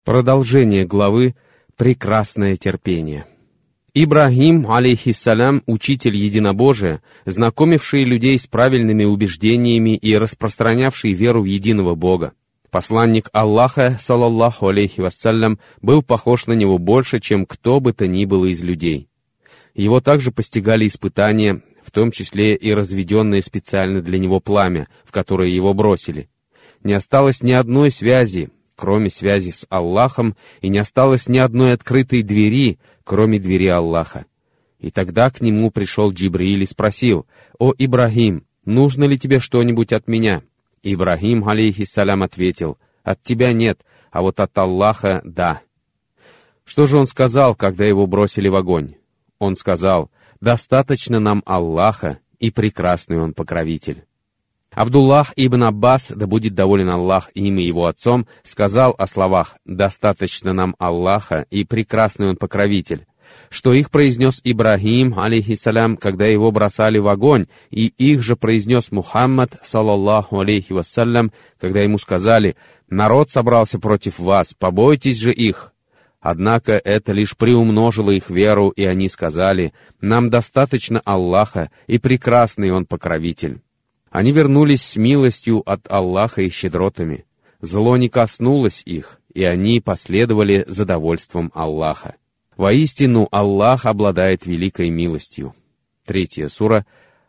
Продолжение главы «Прекрасное терпение». Ибрахим, алейхиссалям, учитель единобожия, знакомивший людей с правильными убеждениями и распространявший веру в единого Бога. Посланник Аллаха, салаллаху алейхи вассалям, был похож на него больше, чем кто бы то ни было из людей. Его также постигали испытания, в том числе и разведенное специально для него пламя, в которое его бросили. Не осталось ни одной связи, кроме связи с Аллахом, и не осталось ни одной открытой двери, кроме двери Аллаха. И тогда к нему пришел Джибриль и спросил: «О Ибрахим, нужно ли тебе что-нибудь от меня?» Ибрахим, алейхиссалям, ответил: «От тебя нет, а вот от Аллаха — да». Что же он сказал, когда его бросили в огонь? Он сказал: «Достаточно нам Аллаха, и прекрасный он покровитель». Абдуллах ибн Аббас, да будет доволен Аллах им и его отцом, сказал о словах «достаточно нам Аллаха, и прекрасный он покровитель», что их произнес Ибрахим, алейхиссалям, когда его бросали в огонь, и их же произнес Мухаммад, салаллаху алейхи вассалям, когда ему сказали: «Народ собрался против вас, побойтесь же их». Однако это лишь приумножило их веру, и они сказали: «Нам достаточно Аллаха, и прекрасный он покровитель». Они вернулись с милостью от Аллаха и щедротами. Зло не коснулось их, и они последовали за довольством Аллаха. Воистину, Аллах обладает великой милостью. 3 сура,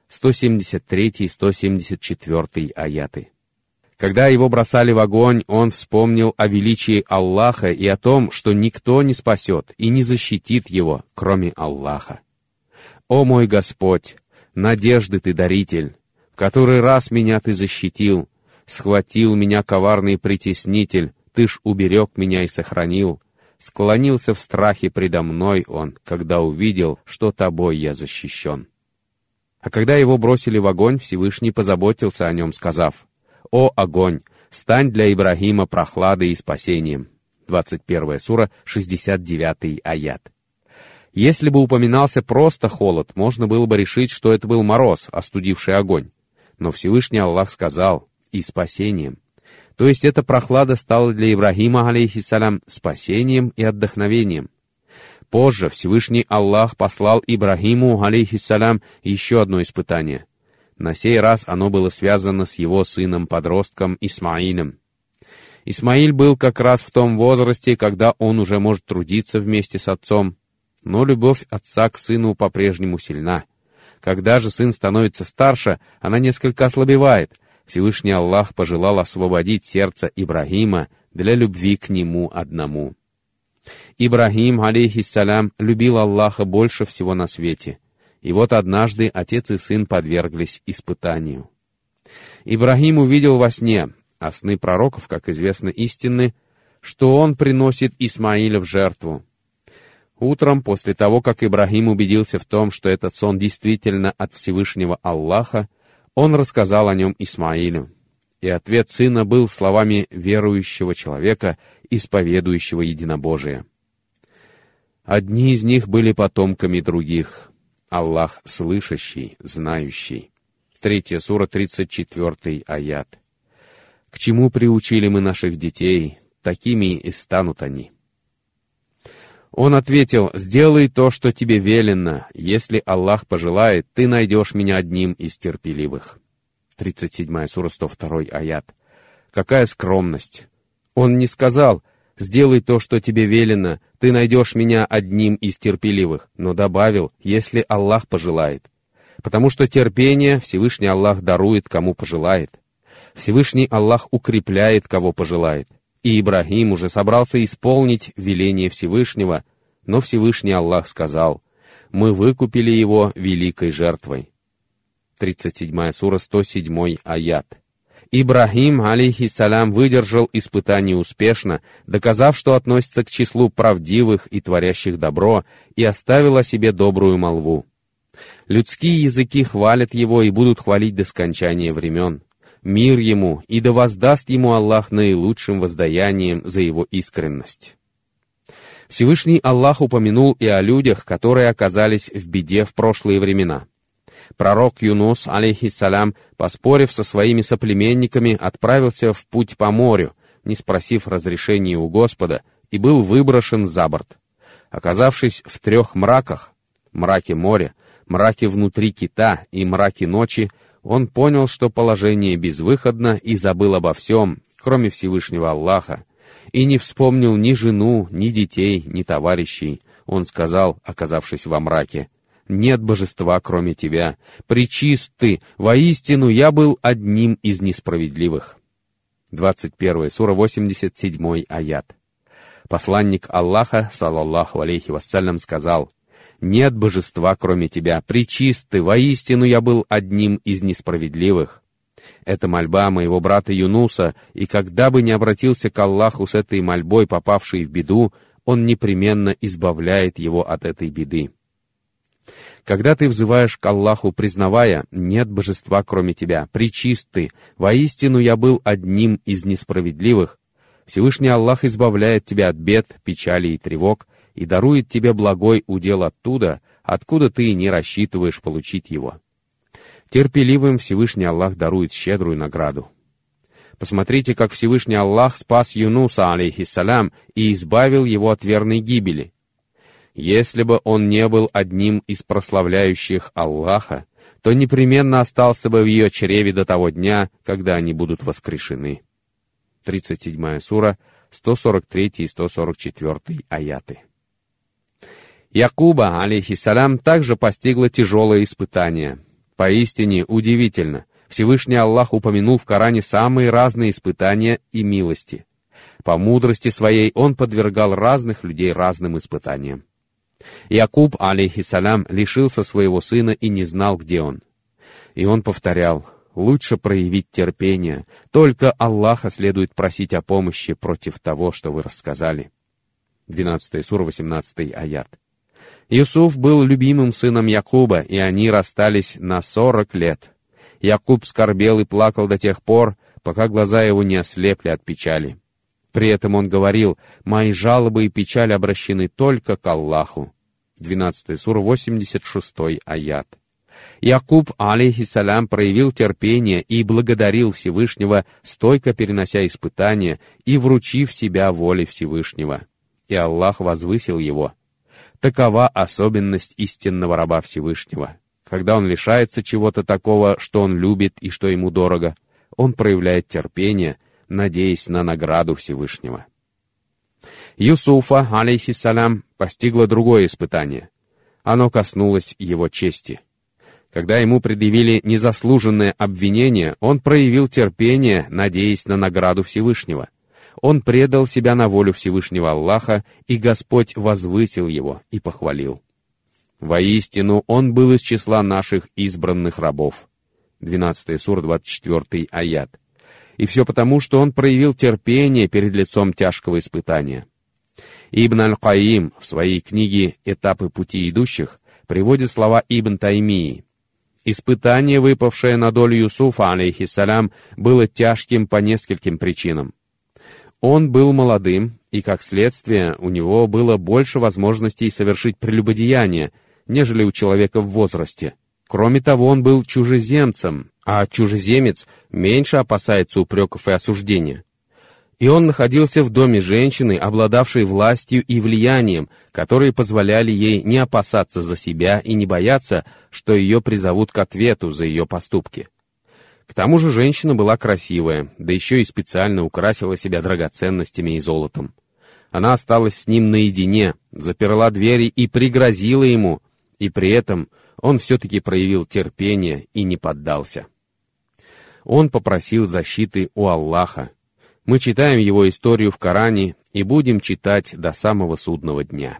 173 и 174 аяты. Когда его бросали в огонь, он вспомнил о величии Аллаха и о том, что никто не спасет и не защитит его, кроме Аллаха. «О мой Господь, надежды Ты даритель! В который раз меня Ты защитил, схватил меня коварный притеснитель, Ты ж уберег меня и сохранил. Склонился в страхе предо мной он, когда увидел, что Тобой я защищен». А когда его бросили в огонь, Всевышний позаботился о нем, сказав: «О огонь, стань для Ибрахима прохладой и спасением». 21 сура, 69 аят. Если бы упоминался просто холод, можно было бы решить, что это был мороз, остудивший огонь. Но Всевышний Аллах сказал: «и спасением». То есть эта прохлада стала для Ибрахима, алейхиссалям, спасением и отдохновением. Позже Всевышний Аллах послал Ибрахиму, алейхиссалям, еще одно испытание. На сей раз оно было связано с его сыном-подростком Исмаилем. Исмаиль был как раз в том возрасте, когда он уже может трудиться вместе с отцом, но любовь отца к сыну по-прежнему сильна. Когда же сын становится старше, она несколько ослабевает. Всевышний Аллах пожелал освободить сердце Ибрахима для любви к нему одному. Ибрахим, алейхиссалям, любил Аллаха больше всего на свете. И вот однажды отец и сын подверглись испытанию. Ибрахим увидел во сне, а сны пророков, как известно, истинны, что он приносит Исмаиля в жертву. Утром, после того, как Ибрахим убедился в том, что этот сон действительно от Всевышнего Аллаха, он рассказал о нем Исмаилю. И ответ сына был словами верующего человека, исповедующего единобожие. Одни из них были потомками других. Аллах слышащий, знающий. 3 сура, 34 аят. К чему приучили мы наших детей, такими и станут они. Он ответил: «Сделай то, что тебе велено. Если Аллах пожелает, ты найдешь меня одним из терпеливых». 37 сура, 102 аят. Какая скромность! Он не сказал: «Сделай то, что тебе велено, ты найдешь меня одним из терпеливых», но добавил: «если Аллах пожелает». Потому что терпение Всевышний Аллах дарует, кому пожелает. Всевышний Аллах укрепляет, кого пожелает. И Ибрахим уже собрался исполнить веление Всевышнего, но Всевышний Аллах сказал: «Мы выкупили его великой жертвой». 37 сура, 107 аят. Ибрахим, алейхиссалям, выдержал испытание успешно, доказав, что относится к числу правдивых и творящих добро, и оставил о себе добрую молву. Людские языки хвалят его и будут хвалить до скончания времен. Мир ему, и да воздаст ему Аллах наилучшим воздаянием за его искренность. Всевышний Аллах упомянул и о людях, которые оказались в беде в прошлые времена. Пророк Юнус, алейхиссалям, поспорив со своими соплеменниками, отправился в путь по морю, не спросив разрешения у Господа, и был выброшен за борт. Оказавшись в 3 мраках, мраке моря, мраке внутри кита и мраке ночи, он понял, что положение безвыходно, и забыл обо всем, кроме Всевышнего Аллаха, и не вспомнил ни жену, ни детей, ни товарищей. Он сказал, оказавшись во мраке: «Нет божества, кроме тебя. Пречист ты, воистину я был одним из несправедливых». 21 сура, 87 аят. Посланник Аллаха, саллаллаху алейхи вассалям, сказал: «Нет божества, кроме тебя. Пречист ты, воистину я был одним из несправедливых». Это мольба моего брата Юнуса, и когда бы ни обратился к Аллаху с этой мольбой, попавший в беду, он непременно избавляет его от этой беды. Когда ты взываешь к Аллаху, признавая: «Нет божества, кроме тебя, пречист ты, воистину я был одним из несправедливых», Всевышний Аллах избавляет тебя от бед, печали и тревог и дарует тебе благой удел оттуда, откуда ты не рассчитываешь получить его. Терпеливым Всевышний Аллах дарует щедрую награду. Посмотрите, как Всевышний Аллах спас Юнуса, алейхиссалям, и избавил его от верной гибели. Если бы он не был одним из прославляющих Аллаха, то непременно остался бы в ее чреве до того дня, когда они будут воскрешены. 37 сура, 143 и 144 аяты. Якуба, алейхиссалям, также постигло тяжелое испытание. Поистине удивительно, Всевышний Аллах упомянул в Коране самые разные испытания и милости. По мудрости своей он подвергал разных людей разным испытаниям. Якуб, алейхиссалям, лишился своего сына и не знал, где он. И он повторял: «Лучше проявить терпение, только Аллаха следует просить о помощи против того, что вы рассказали». 12 сура, 18 аят. Юсуф был любимым сыном Якуба, и они расстались на 40 лет. Якуб скорбел и плакал до тех пор, пока глаза его не ослепли от печали. При этом он говорил: «Мои жалобы и печаль обращены только к Аллаху». 12 сура, 86 аят. Якуб, алейхиссалям, проявил терпение и благодарил Всевышнего, стойко перенося испытания и вручив себя воле Всевышнего. И Аллах возвысил его. Такова особенность истинного раба Всевышнего. Когда он лишается чего-то такого, что он любит и что ему дорого, он проявляет терпение, надеясь на награду Всевышнего. Юсуфа, алейхиссалям, постигло другое испытание. Оно коснулось его чести. Когда ему предъявили незаслуженное обвинение, он проявил терпение, надеясь на награду Всевышнего. Он предал себя на волю Всевышнего Аллаха, и Господь возвысил его и похвалил. Воистину, он был из числа наших избранных рабов. 12 сура, 24 аят. И все потому, что он проявил терпение перед лицом тяжкого испытания. Ибн Аль-Каим в своей книге «Этапы пути идущих» приводит слова Ибн Таймии. Испытание, выпавшее на долю Юсуфа, алейхиссалям, было тяжким по нескольким причинам. Он был молодым, и, как следствие, у него было больше возможностей совершить прелюбодеяние, нежели у человека в возрасте. Кроме того, он был чужеземцем, а чужеземец меньше опасается упреков и осуждения. И он находился в доме женщины, обладавшей властью и влиянием, которые позволяли ей не опасаться за себя и не бояться, что ее призовут к ответу за ее поступки. К тому же женщина была красивая, да еще и специально украсила себя драгоценностями и золотом. Она осталась с ним наедине, заперла двери и пригрозила ему, и при этом он все-таки проявил терпение и не поддался. Он попросил защиты у Аллаха. Мы читаем его историю в Коране и будем читать до самого судного дня.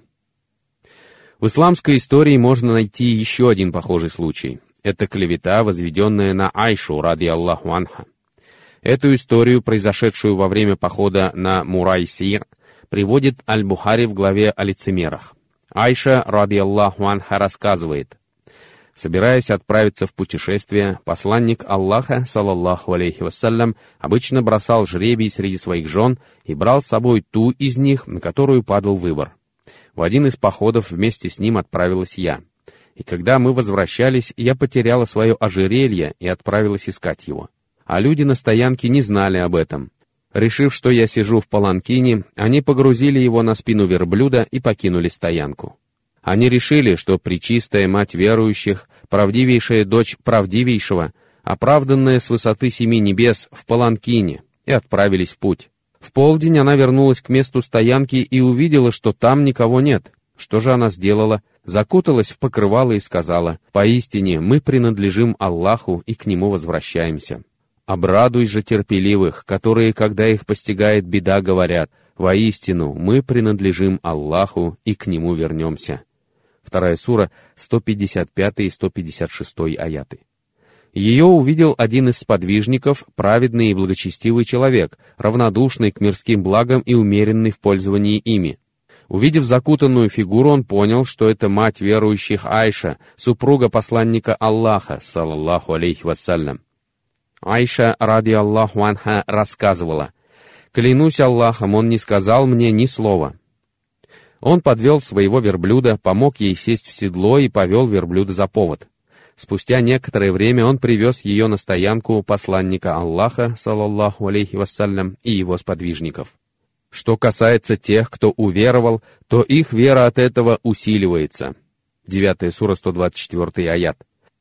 В исламской истории можно найти еще один похожий случай. Это клевета, возведенная на Айшу, ради Аллаху анха. Эту историю, произошедшую во время похода на Мурайсир, приводит Аль-Бухари в главе о лицемерах. Айша, ради Аллаху анха, рассказывает: собираясь отправиться в путешествие, посланник Аллаха, саллаллаху алейхи вассалям, обычно бросал жребий среди своих жен и брал с собой ту из них, на которую падал выбор. В один из походов вместе с ним отправилась я. И когда мы возвращались, я потеряла свое ожерелье и отправилась искать его. А люди на стоянке не знали об этом. Решив, что я сижу в паланкине, они погрузили его на спину верблюда и покинули стоянку. Они решили, что пречистая мать верующих, правдивейшая дочь правдивейшего, оправданная с высоты 7 небес в паланкине, и отправились в путь. В полдень она вернулась к месту стоянки и увидела, что там никого нет. Что же она сделала? Закуталась в покрывало и сказала: «Поистине мы принадлежим Аллаху и к Нему возвращаемся». Обрадуй же терпеливых, которые, когда их постигает беда, говорят: «Воистину мы принадлежим Аллаху и к Нему вернемся». 2 сура, 155 и 156 аяты. Ее увидел один из сподвижников, праведный и благочестивый человек, равнодушный к мирским благам и умеренный в пользовании ими. Увидев закутанную фигуру, он понял, что это мать верующих Айша, супруга посланника Аллаха, саллаллаху алейхи вассалям. Айша, ради Аллаху анха, рассказывала: «Клянусь Аллахом, он не сказал мне ни слова». Он подвел своего верблюда, помог ей сесть в седло и повел верблюда за повод. Спустя некоторое время он привез ее на стоянку посланника Аллаха, саллаллаху алейхи вассалям, и его сподвижников. Что касается тех, кто уверовал, то их вера от этого усиливается. 9 сура, 124 аят.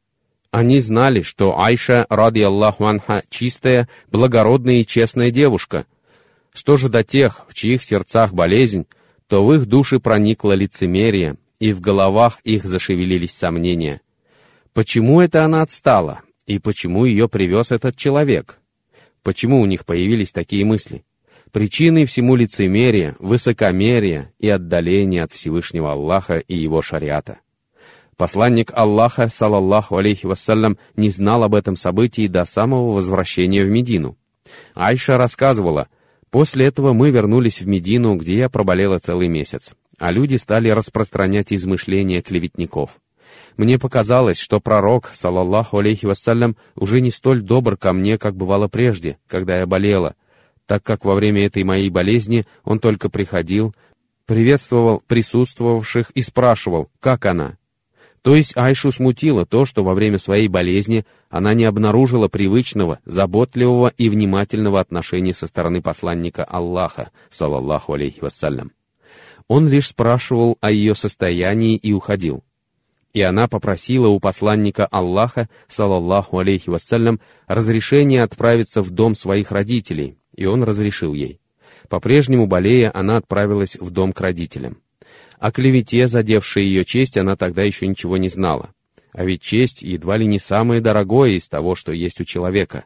Они знали, что Айша, ради Аллаху анха, чистая, благородная и честная девушка. Что же до тех, в чьих сердцах болезнь, то в их души проникло лицемерие, и в головах их зашевелились сомнения. Почему это она отстала? И почему ее привез этот человек? Почему у них появились такие мысли? Причиной всему лицемерие, высокомерие и отдаление от Всевышнего Аллаха и его шариата. Посланник Аллаха, саллаллаху алейхи вассалям, не знал об этом событии до самого возвращения в Медину. Айша рассказывала: «После этого мы вернулись в Медину, где я проболела целый месяц, а люди стали распространять измышления клеветников. Мне показалось, что пророк, саллаллаху алейхи вассалям, уже не столь добр ко мне, как бывало прежде, когда я болела, так как во время этой моей болезни он только приходил, приветствовал присутствовавших и спрашивал, как она». То есть Айшу смутило то, что во время своей болезни она не обнаружила привычного, заботливого и внимательного отношения со стороны посланника Аллаха, саллаллаху алейхи вассалям. Он лишь спрашивал о ее состоянии и уходил. И она попросила у посланника Аллаха, саллаллаху алейхи вассалям, разрешения отправиться в дом своих родителей, и он разрешил ей. По-прежнему болея, она отправилась в дом к родителям. О клевете, задевшей ее честь, она тогда еще ничего не знала. А ведь честь едва ли не самое дорогое из того, что есть у человека.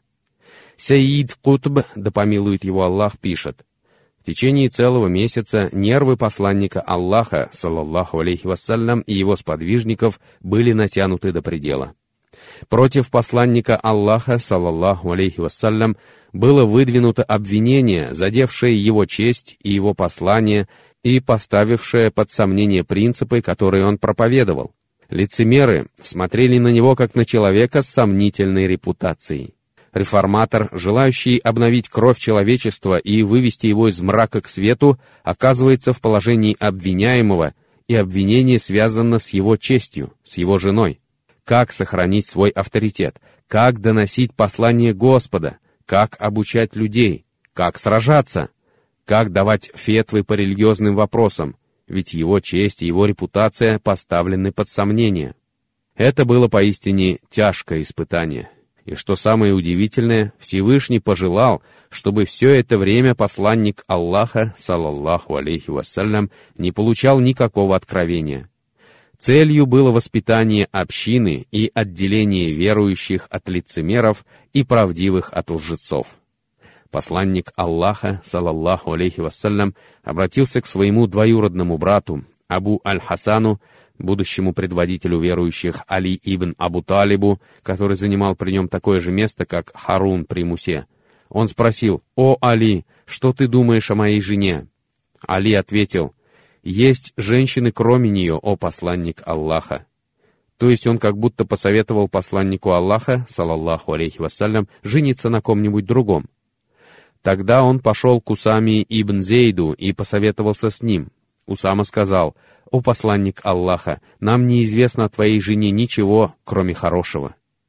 Саид Кутб, да помилует его Аллах, пишет: «В течение целого месяца нервы посланника Аллаха, саллаллаху алейхи вассалям, и его сподвижников были натянуты до предела. Против посланника Аллаха, саллаллаху алейхи вассалям, было выдвинуто обвинение, задевшее его честь и его послание, и поставившее под сомнение принципы, которые он проповедовал. Лицемеры смотрели на него как на человека с сомнительной репутацией. Реформатор, желающий обновить кровь человечества и вывести его из мрака к свету, оказывается в положении обвиняемого, и обвинение связано с его честью, с его женой. Как сохранить свой авторитет? Как доносить послание Господа? Как обучать людей? Как сражаться? Как давать фетвы по религиозным вопросам, ведь его честь и его репутация поставлены под сомнение. Это было поистине тяжкое испытание. И что самое удивительное, Всевышний пожелал, чтобы все это время посланник Аллаха, саллаллаху алейхи вассалям, не получал никакого откровения. Целью было воспитание общины и отделение верующих от лицемеров и правдивых от лжецов. Посланник Аллаха, саллаллаху алейхи вассалям, обратился к своему двоюродному брату, Абу Аль-Хасану, будущему предводителю верующих Али ибн Абу Талибу, который занимал при нем такое же место, как Харун при Мусе. Он спросил: «О, Али, что ты думаешь о моей жене?» Али ответил: «Есть женщины кроме нее, о посланник Аллаха». То есть он как будто посоветовал посланнику Аллаха, саллаллаху алейхи вассалям, жениться на ком-нибудь другом. Тогда он пошел к Усаме ибн Зейду и посоветовался с ним. Усама сказал: «О посланник Аллаха, нам неизвестно о твоей жене ничего, кроме хорошего».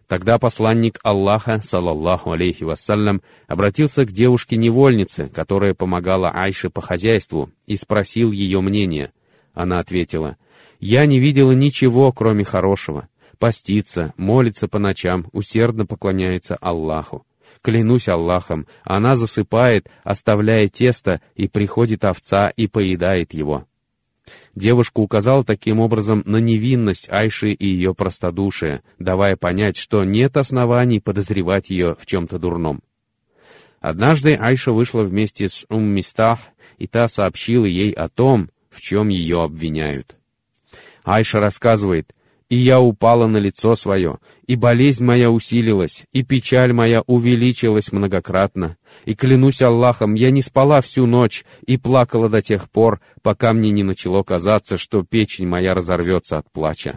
Тогда посланник Аллаха, салаллаху алейхи вассалям, обратился к девушке-невольнице, которая помогала Айше по хозяйству, и спросил ее мнение. Она ответила: «Я не видела ничего, кроме хорошего. Постится, молится по ночам, усердно поклоняется Аллаху. Клянусь Аллахом, она засыпает, оставляя тесто, и приходит овца и поедает его». Девушка указала таким образом на невинность Айши и ее простодушие, давая понять, что нет оснований подозревать ее в чем-то дурном. Однажды Айша вышла вместе с Мистах, и та сообщила ей о том, в чем ее обвиняют. Айша рассказывает: «И я упала на лицо свое, и болезнь моя усилилась, и печаль моя увеличилась многократно. И клянусь Аллахом, я не спала всю ночь и плакала до тех пор, пока мне не начало казаться, что печень моя разорвется от плача».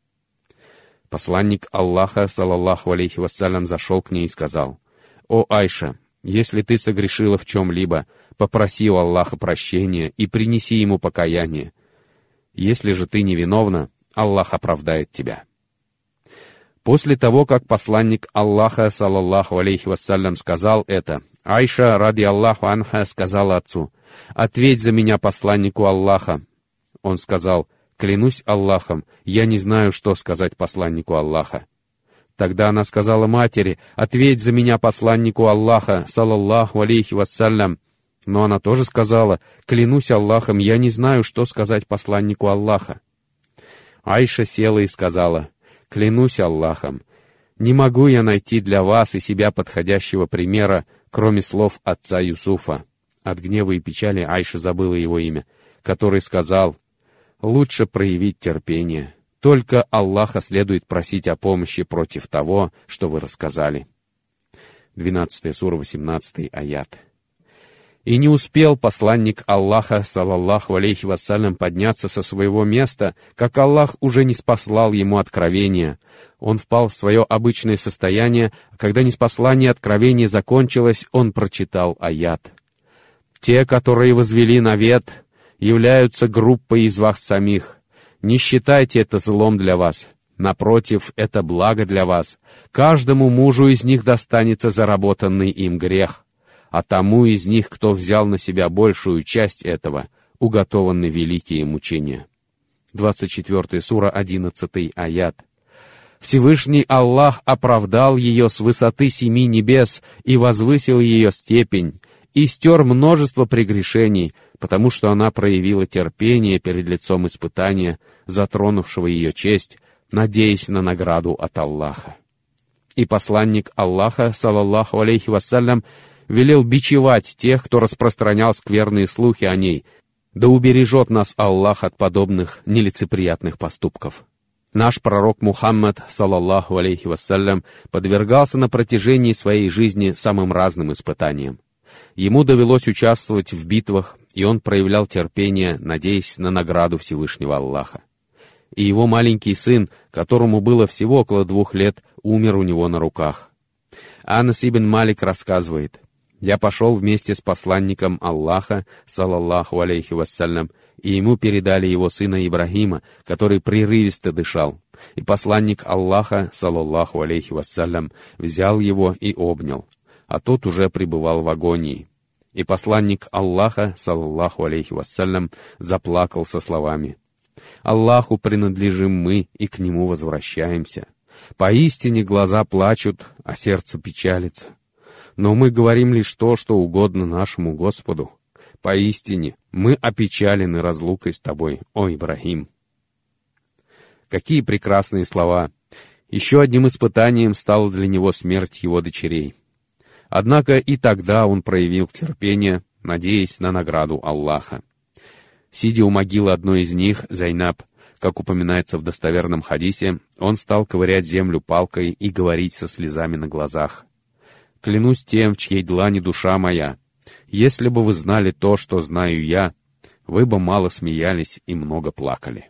Посланник Аллаха, салаллаху алейхи вассалям, зашел к ней и сказал: «О Айша, если ты согрешила в чем-либо, попроси у Аллаха прощения и принеси ему покаяние. Если же ты невиновна, Аллах оправдает тебя». После того, как посланник Аллаха, салаллаху алейхи вассалям, сказал это, Айша, ради Аллаху анха, сказала отцу: «Ответь за меня посланнику Аллаха». Он сказал: «Клянусь Аллахом, я не знаю, что сказать посланнику Аллаха». Тогда она сказала матери: «Ответь за меня посланнику Аллаха, салаллаху алейхи вассалям». Но она тоже сказала: «Клянусь Аллахом, я не знаю, что сказать посланнику Аллаха». Айша села и сказала: «Клянусь Аллахом, не могу я найти для вас и себя подходящего примера, кроме слов отца Юсуфа». От гнева и печали Айша забыла его имя, который сказал: «Лучше проявить терпение. Только Аллаха следует просить о помощи против того, что вы рассказали». 12 сура, 18 аят. И не успел посланник Аллаха, салаллаху алейхи вассалям, подняться со своего места, как Аллах уже ниспослал ему откровение. Он впал в свое обычное состояние, а когда ниспослание откровения закончилось, он прочитал аят: «Те, которые возвели навет, являются группой из вас самих. Не считайте это злом для вас. Напротив, это благо для вас. Каждому мужу из них достанется заработанный им грех, а тому из них, кто взял на себя большую часть этого, уготованы великие мучения». 24 сура, 11 аят. Всевышний Аллах оправдал ее с высоты 7 небес и возвысил ее степень, и стер множество прегрешений, потому что она проявила терпение перед лицом испытания, затронувшего ее честь, надеясь на награду от Аллаха. И посланник Аллаха, салаллаху алейхи вассалям, велел бичевать тех, кто распространял скверные слухи о ней. Да убережет нас Аллах от подобных нелицеприятных поступков. Наш пророк Мухаммад, салаллаху алейхи вассалям, подвергался на протяжении своей жизни самым разным испытаниям. Ему довелось участвовать в битвах, и он проявлял терпение, надеясь на награду Всевышнего Аллаха. И его маленький сын, которому было всего около 2 лет, умер у него на руках. Анас ибн Малик рассказывает: «Я пошел вместе с посланником Аллаха, салаллаху алейхи вассалям, и ему передали его сына Ибрагима, который прерывисто дышал. И посланник Аллаха, салаллаху алейхи вассалям, взял его и обнял, а тот уже пребывал в агонии. И посланник Аллаха, салаллаху алейхи вассалям, заплакал со словами: «Аллаху принадлежим мы и к Нему возвращаемся. Поистине глаза плачут, а сердце печалится. Но мы говорим лишь то, что угодно нашему Господу. Поистине мы опечалены разлукой с тобой, о Ибрагим». Какие прекрасные слова! Еще одним испытанием стала для него смерть его дочерей. Однако и тогда он проявил терпение, надеясь на награду Аллаха. Сидя у могилы одной из них, Зайнаб, как упоминается в достоверном хадисе, он стал ковырять землю палкой и говорить со слезами на глазах: «Клянусь тем, в чьей длани душа моя, если бы вы знали то, что знаю я, вы бы мало смеялись и много плакали».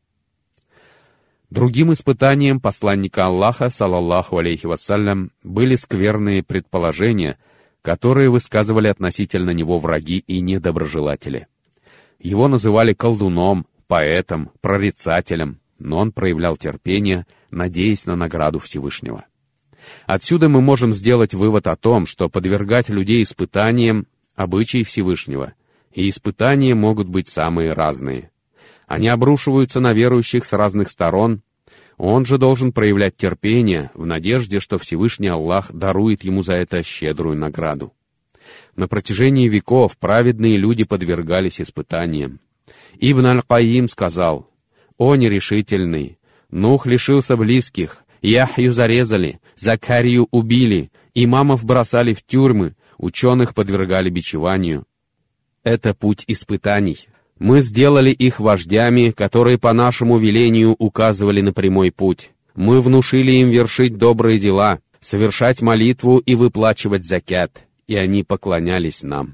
Другим испытанием посланника Аллаха, салаллаху алейхи вассалям, были скверные предположения, которые высказывали относительно него враги и недоброжелатели. Его называли колдуном, поэтом, прорицателем, но он проявлял терпение, надеясь на награду Всевышнего. Отсюда мы можем сделать вывод о том, что подвергать людей испытаниям — обычай Всевышнего, и испытания могут быть самые разные. Они обрушиваются на верующих с разных сторон. Он же должен проявлять терпение в надежде, что Всевышний Аллах дарует ему за это щедрую награду. На протяжении веков праведные люди подвергались испытаниям. Ибн Аль-Каим сказал: «О нерешительный! Нух лишился близких, Яхью зарезали, Закарию убили, имамов бросали в тюрьмы, ученых подвергали бичеванию. Это путь испытаний. Мы сделали их вождями, которые по нашему велению указывали на прямой путь. Мы внушили им вершить добрые дела, совершать молитву и выплачивать закят, и они поклонялись нам».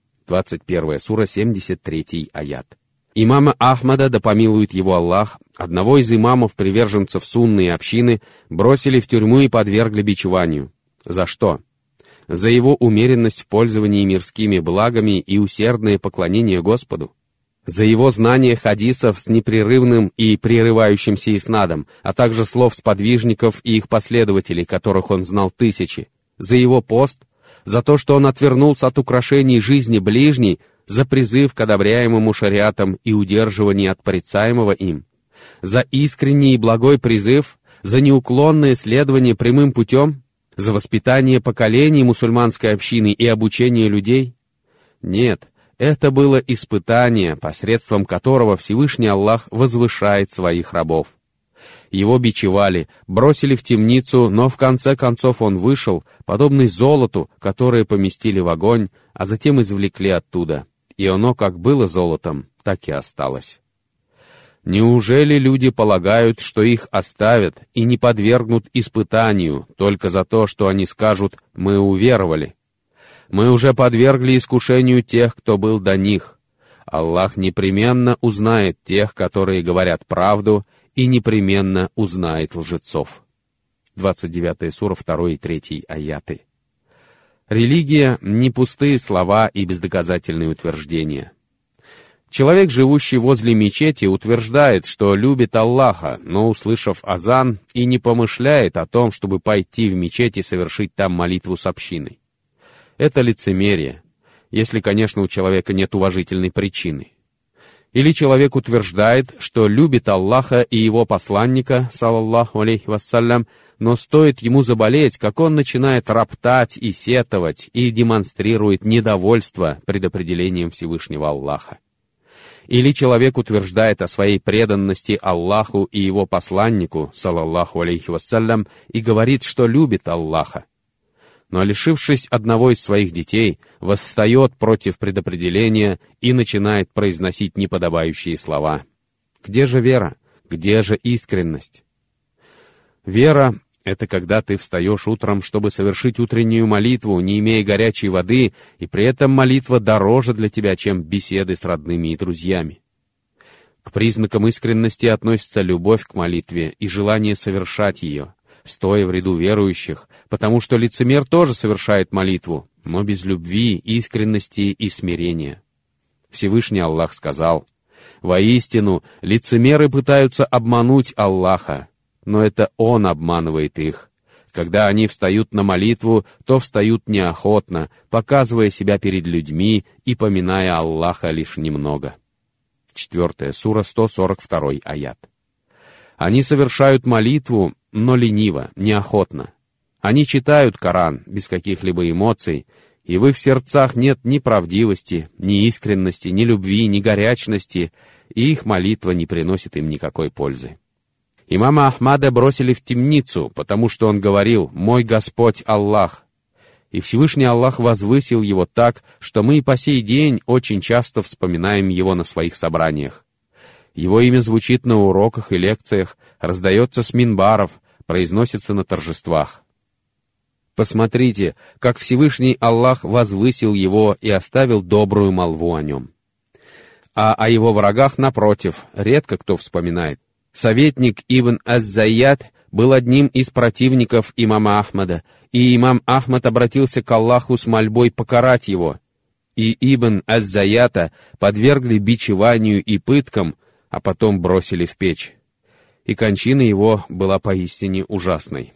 21 сура, 73 аят. Имама Ахмада, да помилует его Аллах, одного из имамов-приверженцев сунной общины, бросили в тюрьму и подвергли бичеванию. За что? За его умеренность в пользовании мирскими благами и усердное поклонение Господу. За его знание хадисов с непрерывным и прерывающимся иснадом, а также слов сподвижников и их последователей, которых он знал тысячи. За его пост, за то, что он отвернулся от украшений жизни ближней, за призыв к одобряемому шариатам и удерживание от порицаемого им, за искренний и благой призыв, за неуклонное следование прямым путем, за воспитание поколений мусульманской общины и обучение людей? Нет, это было испытание, посредством которого Всевышний Аллах возвышает своих рабов. Его бичевали, бросили в темницу, но в конце концов он вышел, подобный золоту, которое поместили в огонь, а затем извлекли оттуда. И оно как было золотом, так и осталось. Неужели люди полагают, что их оставят и не подвергнут испытанию только за то, что они скажут «мы уверовали»? Мы уже подвергли искушению тех, кто был до них. Аллах непременно узнает тех, которые говорят правду, и непременно узнает лжецов. 29 сура, 2 и 3 аяты. Религия — не пустые слова и бездоказательные утверждения. Человек, живущий возле мечети, утверждает, что любит Аллаха, но, услышав азан, и не помышляет о том, чтобы пойти в мечеть и совершить там молитву с общиной. Это лицемерие, если, конечно, у человека нет уважительной причины. Или человек утверждает, что любит Аллаха и его посланника, саллаллаху алейхи вассалям, но стоит ему заболеть, как он начинает роптать и сетовать, и демонстрирует недовольство предопределением Всевышнего Аллаха. Или человек утверждает о своей преданности Аллаху и его посланнику, саллаллаху алейхи вассалям, и говорит, что любит Аллаха. Но, лишившись одного из своих детей, восстает против предопределения и начинает произносить неподобающие слова. Где же вера? Где же искренность? Вера — это когда ты встаешь утром, чтобы совершить утреннюю молитву, не имея горячей воды, и при этом молитва дороже для тебя, чем беседы с родными и друзьями. К признакам искренности относится любовь к молитве и желание совершать ее, стоя в ряду верующих, потому что лицемер тоже совершает молитву, но без любви, искренности и смирения. Всевышний Аллах сказал: «Воистину, лицемеры пытаются обмануть Аллаха, но это Он обманывает их. Когда они встают на молитву, то встают неохотно, показывая себя перед людьми и поминая Аллаха лишь немного». 4 сура, 142 аят. Они совершают молитву, но лениво, неохотно. Они читают Коран без каких-либо эмоций, и в их сердцах нет ни правдивости, ни искренности, ни любви, ни горячности, и их молитва не приносит им никакой пользы. Имама Ахмада бросили в темницу, потому что он говорил: «Мой Господь Аллах». И Всевышний Аллах возвысил его так, что мы и по сей день очень часто вспоминаем его на своих собраниях. Его имя звучит на уроках и лекциях, раздается с минбаров, произносится на торжествах. Посмотрите, как Всевышний Аллах возвысил его и оставил добрую молву о нем. А о его врагах, напротив, редко кто вспоминает. Советник Ибн Аз-Зайят был одним из противников имама Ахмада, и имам Ахмад обратился к Аллаху с мольбой покарать его. И Ибн Аз-Заята подвергли бичеванию и пыткам, а потом бросили в печь. И кончина его была поистине ужасной.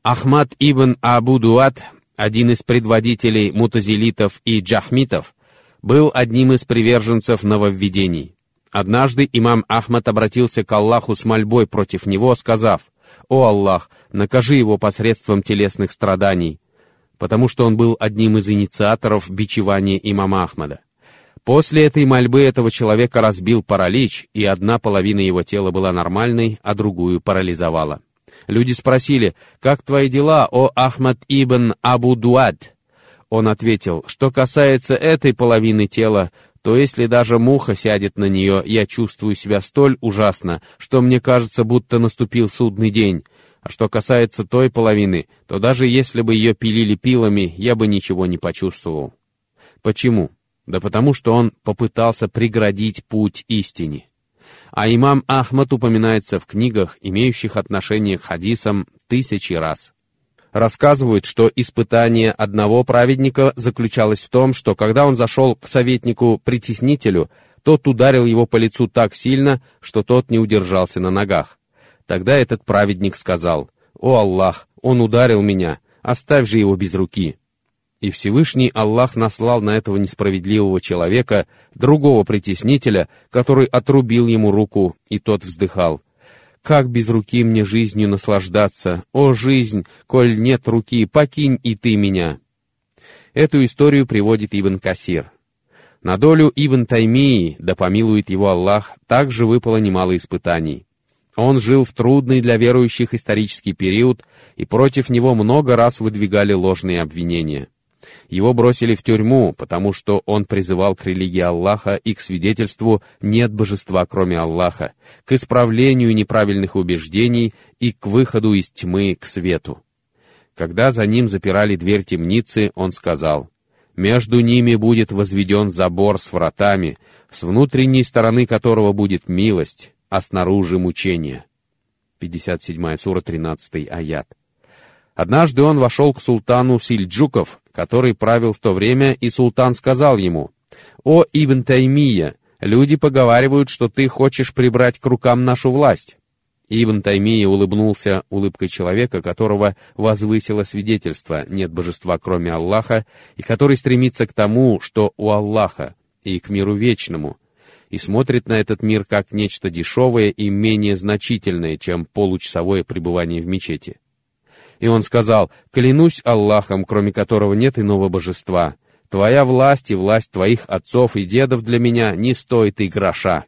Ахмад ибн Абу Дуад, один из предводителей мутазилитов и джахмитов, был одним из приверженцев нововведений. Однажды имам Ахмад обратился к Аллаху с мольбой против него, сказав: «О Аллах, накажи его посредством телесных страданий», потому что он был одним из инициаторов бичевания имама Ахмада. После этой мольбы этого человека разбил паралич, и одна половина его тела была нормальной, а другую парализовала. Люди спросили: «Как твои дела, о Ахмад ибн Абу Дуад?» Он ответил: «Что касается этой половины тела, то если даже муха сядет на нее, я чувствую себя столь ужасно, что мне кажется, будто наступил судный день. А что касается той половины, то даже если бы ее пилили пилами, я бы ничего не почувствовал». Почему? Да потому что он попытался преградить путь истине. А имам Ахмад упоминается в книгах, имеющих отношение к хадисам, 1000 раз. Рассказывают, что испытание одного праведника заключалось в том, что когда он зашел к советнику-притеснителю, тот ударил его по лицу так сильно, что тот не удержался на ногах. Тогда этот праведник сказал: «О Аллах, он ударил меня, оставь же его без руки». И Всевышний Аллах наслал на этого несправедливого человека другого притеснителя, который отрубил ему руку, и тот вздыхал: «Как без руки мне жизнью наслаждаться? О жизнь, коль нет руки, покинь и ты меня». Эту историю приводит Ибн Касир. На долю Ибн Таймии, да помилует его Аллах, также выпало немало испытаний. Он жил в трудный для верующих исторический период, и против него много раз выдвигали ложные обвинения. Его бросили в тюрьму, потому что он призывал к религии Аллаха и к свидетельству «нет божества, кроме Аллаха», к исправлению неправильных убеждений и к выходу из тьмы к свету. Когда за ним запирали дверь темницы, он сказал: «Между ними будет возведен забор с вратами, с внутренней стороны которого будет милость, а снаружи мучение». 57 сура, 13 аят. Однажды он вошел к султану Сельджуков, который правил в то время, и султан сказал ему: «О Ибн Таймия, люди поговаривают, что ты хочешь прибрать к рукам нашу власть». Ибн Таймия улыбнулся улыбкой человека, которого возвысило свидетельство «нет божества, кроме Аллаха», и который стремится к тому, что у Аллаха, и к миру вечному, и смотрит на этот мир как нечто дешевое и менее значительное, чем получасовое пребывание в мечети. И он сказал: «Клянусь Аллахом, кроме которого нет иного божества, твоя власть и власть твоих отцов и дедов для меня не стоит и гроша».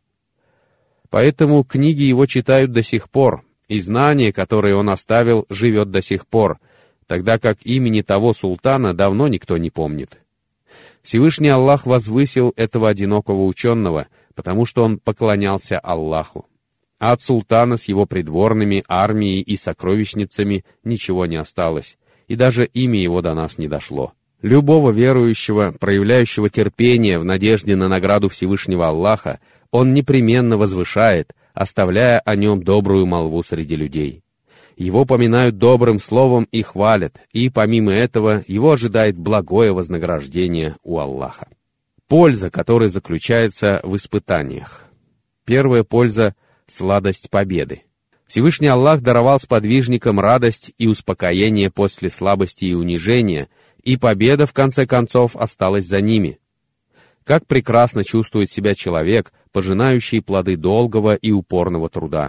Поэтому книги его читают до сих пор, и знание, которое он оставил, живет до сих пор, тогда как имени того султана давно никто не помнит. Всевышний Аллах возвысил этого одинокого ученого, потому что он поклонялся Аллаху. А от султана с его придворными, армией и сокровищницами ничего не осталось, и даже имя его до нас не дошло. Любого верующего, проявляющего терпение в надежде на награду Всевышнего Аллаха, он непременно возвышает, оставляя о нем добрую молву среди людей. Его поминают добрым словом и хвалят, и помимо этого его ожидает благое вознаграждение у Аллаха. Польза, которая заключается в испытаниях. Первая польза — сладость победы. Всевышний Аллах даровал сподвижникам радость и успокоение после слабости и унижения, и победа, в конце концов, осталась за ними. Как прекрасно чувствует себя человек, пожинающий плоды долгого и упорного труда.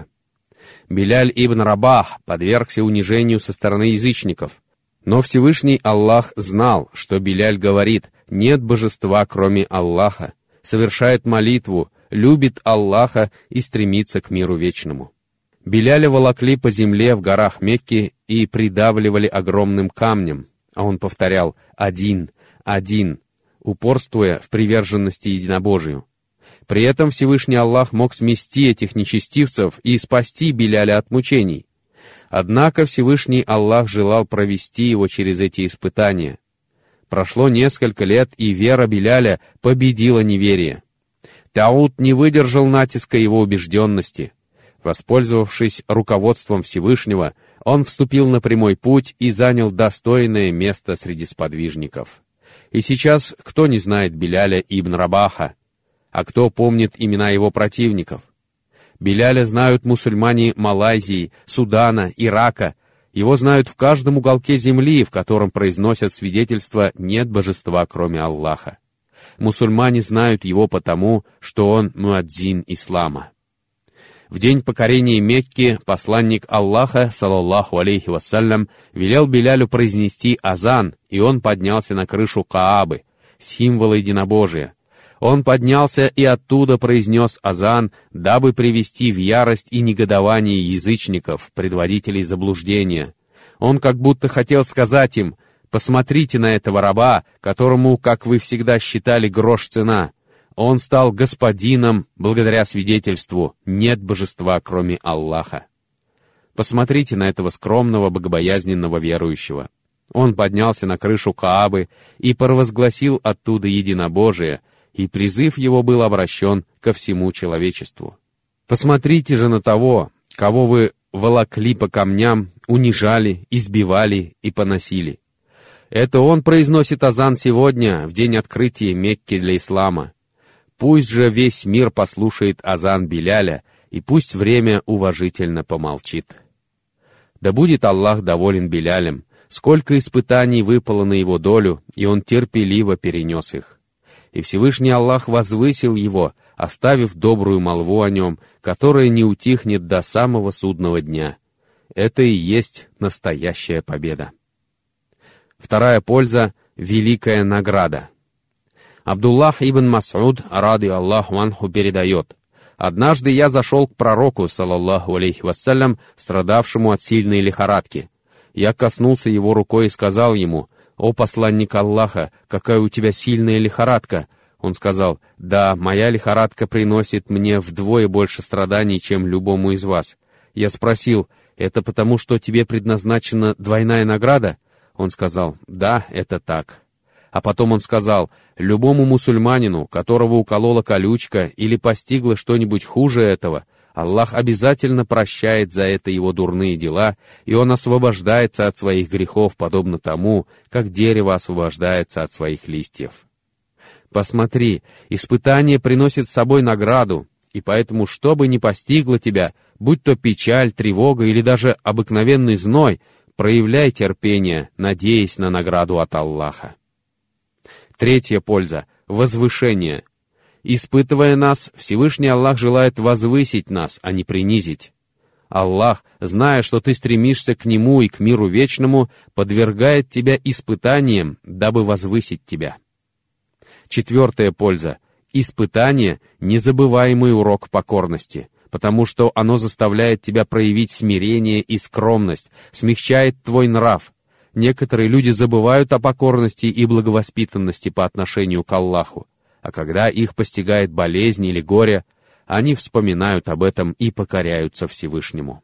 Биляль ибн Рабах подвергся унижению со стороны язычников, но Всевышний Аллах знал, что Биляль говорит «нет божества, кроме Аллаха», совершает молитву, любит Аллаха и стремится к миру вечному. Биляля волокли по земле в горах Мекки и придавливали огромным камнем, а он повторял «один, один», упорствуя в приверженности единобожию. При этом Всевышний Аллах мог смести этих нечестивцев и спасти Биляля от мучений. Однако Всевышний Аллах желал провести его через эти испытания. Прошло несколько лет, и вера Биляля победила неверие. Таут не выдержал натиска его убежденности. Воспользовавшись руководством Всевышнего, он вступил на прямой путь и занял достойное место среди сподвижников. И сейчас кто не знает Биляля ибн Рабаха, а кто помнит имена его противников? Биляля знают мусульмане Малайзии, Судана, Ирака, Его знают в каждом уголке земли, в котором произносят свидетельство «нет божества, кроме Аллаха». Мусульмане знают его потому, что он муадзин ислама. В день покорения Мекки посланник Аллаха, саллаллаху алейхи вассалям, велел Билялю произнести азан, и он поднялся на крышу Каабы, символа единобожия. Он поднялся и оттуда произнес азан, дабы привести в ярость и негодование язычников, предводителей заблуждения. Он как будто хотел сказать им: «Посмотрите на этого раба, которому, как вы всегда считали, грош цена. Он стал господином благодаря свидетельству «нет божества, кроме Аллаха». Посмотрите на этого скромного, богобоязненного верующего. Он поднялся на крышу Каабы и провозгласил оттуда единобожие, и призыв его был обращен ко всему человечеству. Посмотрите же на того, кого вы волокли по камням, унижали, избивали и поносили. Это он произносит азан сегодня, в день открытия Мекки для ислама. Пусть же весь мир послушает азан Биляля, и пусть время уважительно помолчит. Да будет Аллах доволен Билялем, сколько испытаний выпало на его долю, и он терпеливо перенес их. И Всевышний Аллах возвысил его, оставив добрую молву о нем, которая не утихнет до самого судного дня. Это и есть настоящая победа. Вторая польза — великая награда. Абдуллах ибн Мас'уд, ради Аллаху анху, передает: «Однажды я зашел к пророку, саллаллаху алейхи вассалям, страдавшему от сильной лихорадки. Я коснулся его рукой и сказал ему: «О посланник Аллаха, какая у тебя сильная лихорадка!» Он сказал: «Да, моя лихорадка приносит мне вдвое больше страданий, чем любому из вас». Я спросил: «Это потому, что тебе предназначена двойная награда?» Он сказал: «Да, это так». А потом он сказал: «Любому мусульманину, которого уколола колючка или постигло что-нибудь хуже этого, Аллах обязательно прощает за это его дурные дела, и он освобождается от своих грехов, подобно тому, как дерево освобождается от своих листьев». Посмотри, испытание приносит с собой награду, и поэтому, что бы ни постигло тебя, будь то печаль, тревога или даже обыкновенный зной, проявляй терпение, надеясь на награду от Аллаха. Третья польза — возвышение. Испытывая нас, Всевышний Аллах желает возвысить нас, а не принизить. Аллах, зная, что ты стремишься к Нему и к миру вечному, подвергает тебя испытаниям, дабы возвысить тебя. Четвертая польза — испытание — незабываемый урок покорности, потому что оно заставляет тебя проявить смирение и скромность, смягчает твой нрав. Некоторые люди забывают о покорности и благовоспитанности по отношению к Аллаху, а когда их постигает болезнь или горе, они вспоминают об этом и покоряются Всевышнему.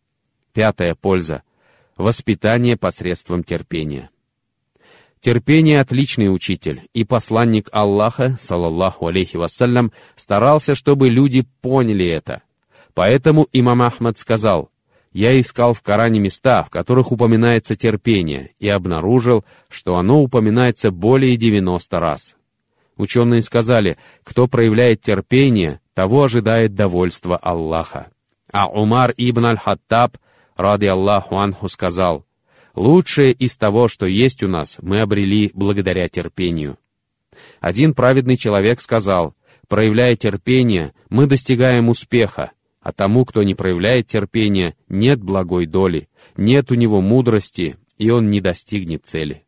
Пятая польза — воспитание посредством терпения. Терпение — отличный учитель, и посланник Аллаха, саллаллаху алейхи вассалям, старался, чтобы люди поняли это. Поэтому имам Ахмад сказал: «Я искал в Коране места, в которых упоминается терпение, и обнаружил, что оно упоминается более 90 раз». Ученые сказали: кто проявляет терпение, того ожидает довольство Аллаха. А Умар ибн аль-Хаттаб, ради Аллаху анху, сказал: «Лучшее из того, что есть у нас, мы обрели благодаря терпению». Один праведный человек сказал: «Проявляя терпение, мы достигаем успеха, а тому, кто не проявляет терпения, нет благой доли, нет у него мудрости, и он не достигнет цели».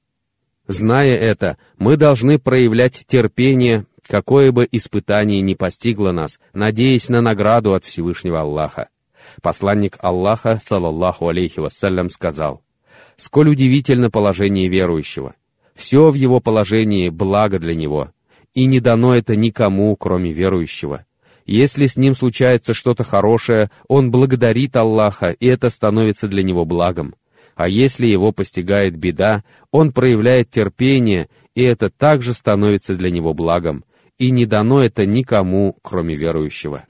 Зная это, мы должны проявлять терпение, какое бы испытание ни постигло нас, надеясь на награду от Всевышнего Аллаха. Посланник Аллаха, саллаллаху алейхи вассалям, сказал: «Сколь удивительно положение верующего! Все в его положении благо для него, и не дано это никому, кроме верующего. Если с ним случается что-то хорошее, он благодарит Аллаха, и это становится для него благом. А если его постигает беда, он проявляет терпение, и это также становится для него благом, и не дано это никому, кроме верующего.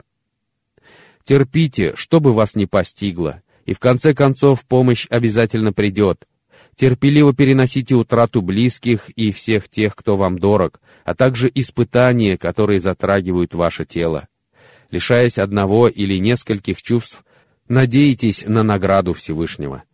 Терпите, что бы вас ни постигло, и в конце концов помощь обязательно придет. Терпеливо переносите утрату близких и всех тех, кто вам дорог, а также испытания, которые затрагивают ваше тело. Лишаясь одного или нескольких чувств, надейтесь на награду Всевышнего.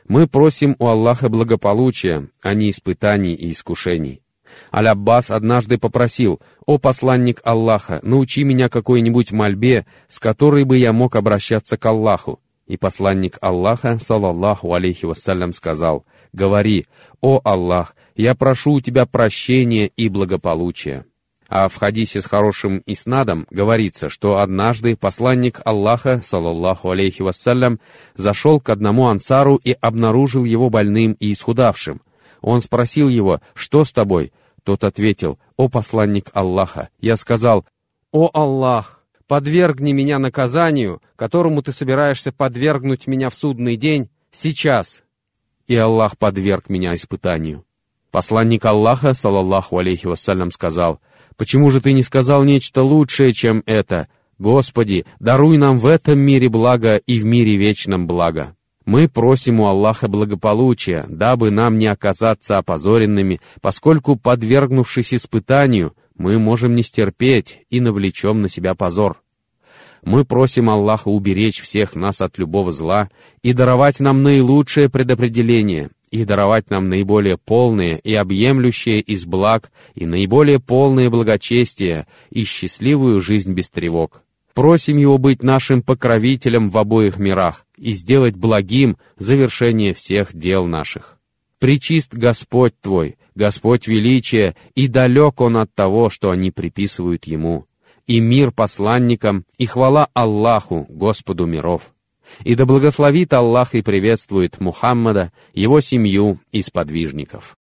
Мы просим у Аллаха благополучия, а не испытаний и искушений. Аль-Аббас однажды попросил: «О посланник Аллаха, научи меня какой-нибудь мольбе, с которой бы я мог обращаться к Аллаху». И посланник Аллаха, саллаллаху алейхи вассалям, сказал: «Говори: о Аллах, я прошу у тебя прощения и благополучия». А в хадисе с хорошим иснадом говорится, что однажды посланник Аллаха, саллаллаху алейхи вассалям, зашел к одному ансару и обнаружил его больным и исхудавшим. Он спросил его: «Что с тобой?» Тот ответил: «О посланник Аллаха, я сказал: о Аллах, подвергни меня наказанию, которому ты собираешься подвергнуть меня в судный день, сейчас». И Аллах подверг меня испытанию. Посланник Аллаха, саллаллаху алейхи вассалям, сказал: «Почему же ты не сказал нечто лучшее, чем это? Господи, даруй нам в этом мире благо и в мире вечном благо». Мы просим у Аллаха благополучия, дабы нам не оказаться опозоренными, поскольку, подвергнувшись испытанию, мы можем не стерпеть и навлечем на себя позор. Мы просим Аллаха уберечь всех нас от любого зла и даровать нам наилучшее предопределение, и даровать нам наиболее полное и объемлющее из благ и наиболее полное благочестие и счастливую жизнь без тревог. Просим Его быть нашим покровителем в обоих мирах и сделать благим завершение всех дел наших. Пречист Господь твой, Господь величия, и далек Он от того, что они приписывают Ему. И мир посланникам, и хвала Аллаху, Господу миров. И да благословит Аллах и приветствует Мухаммада, его семью и сподвижников.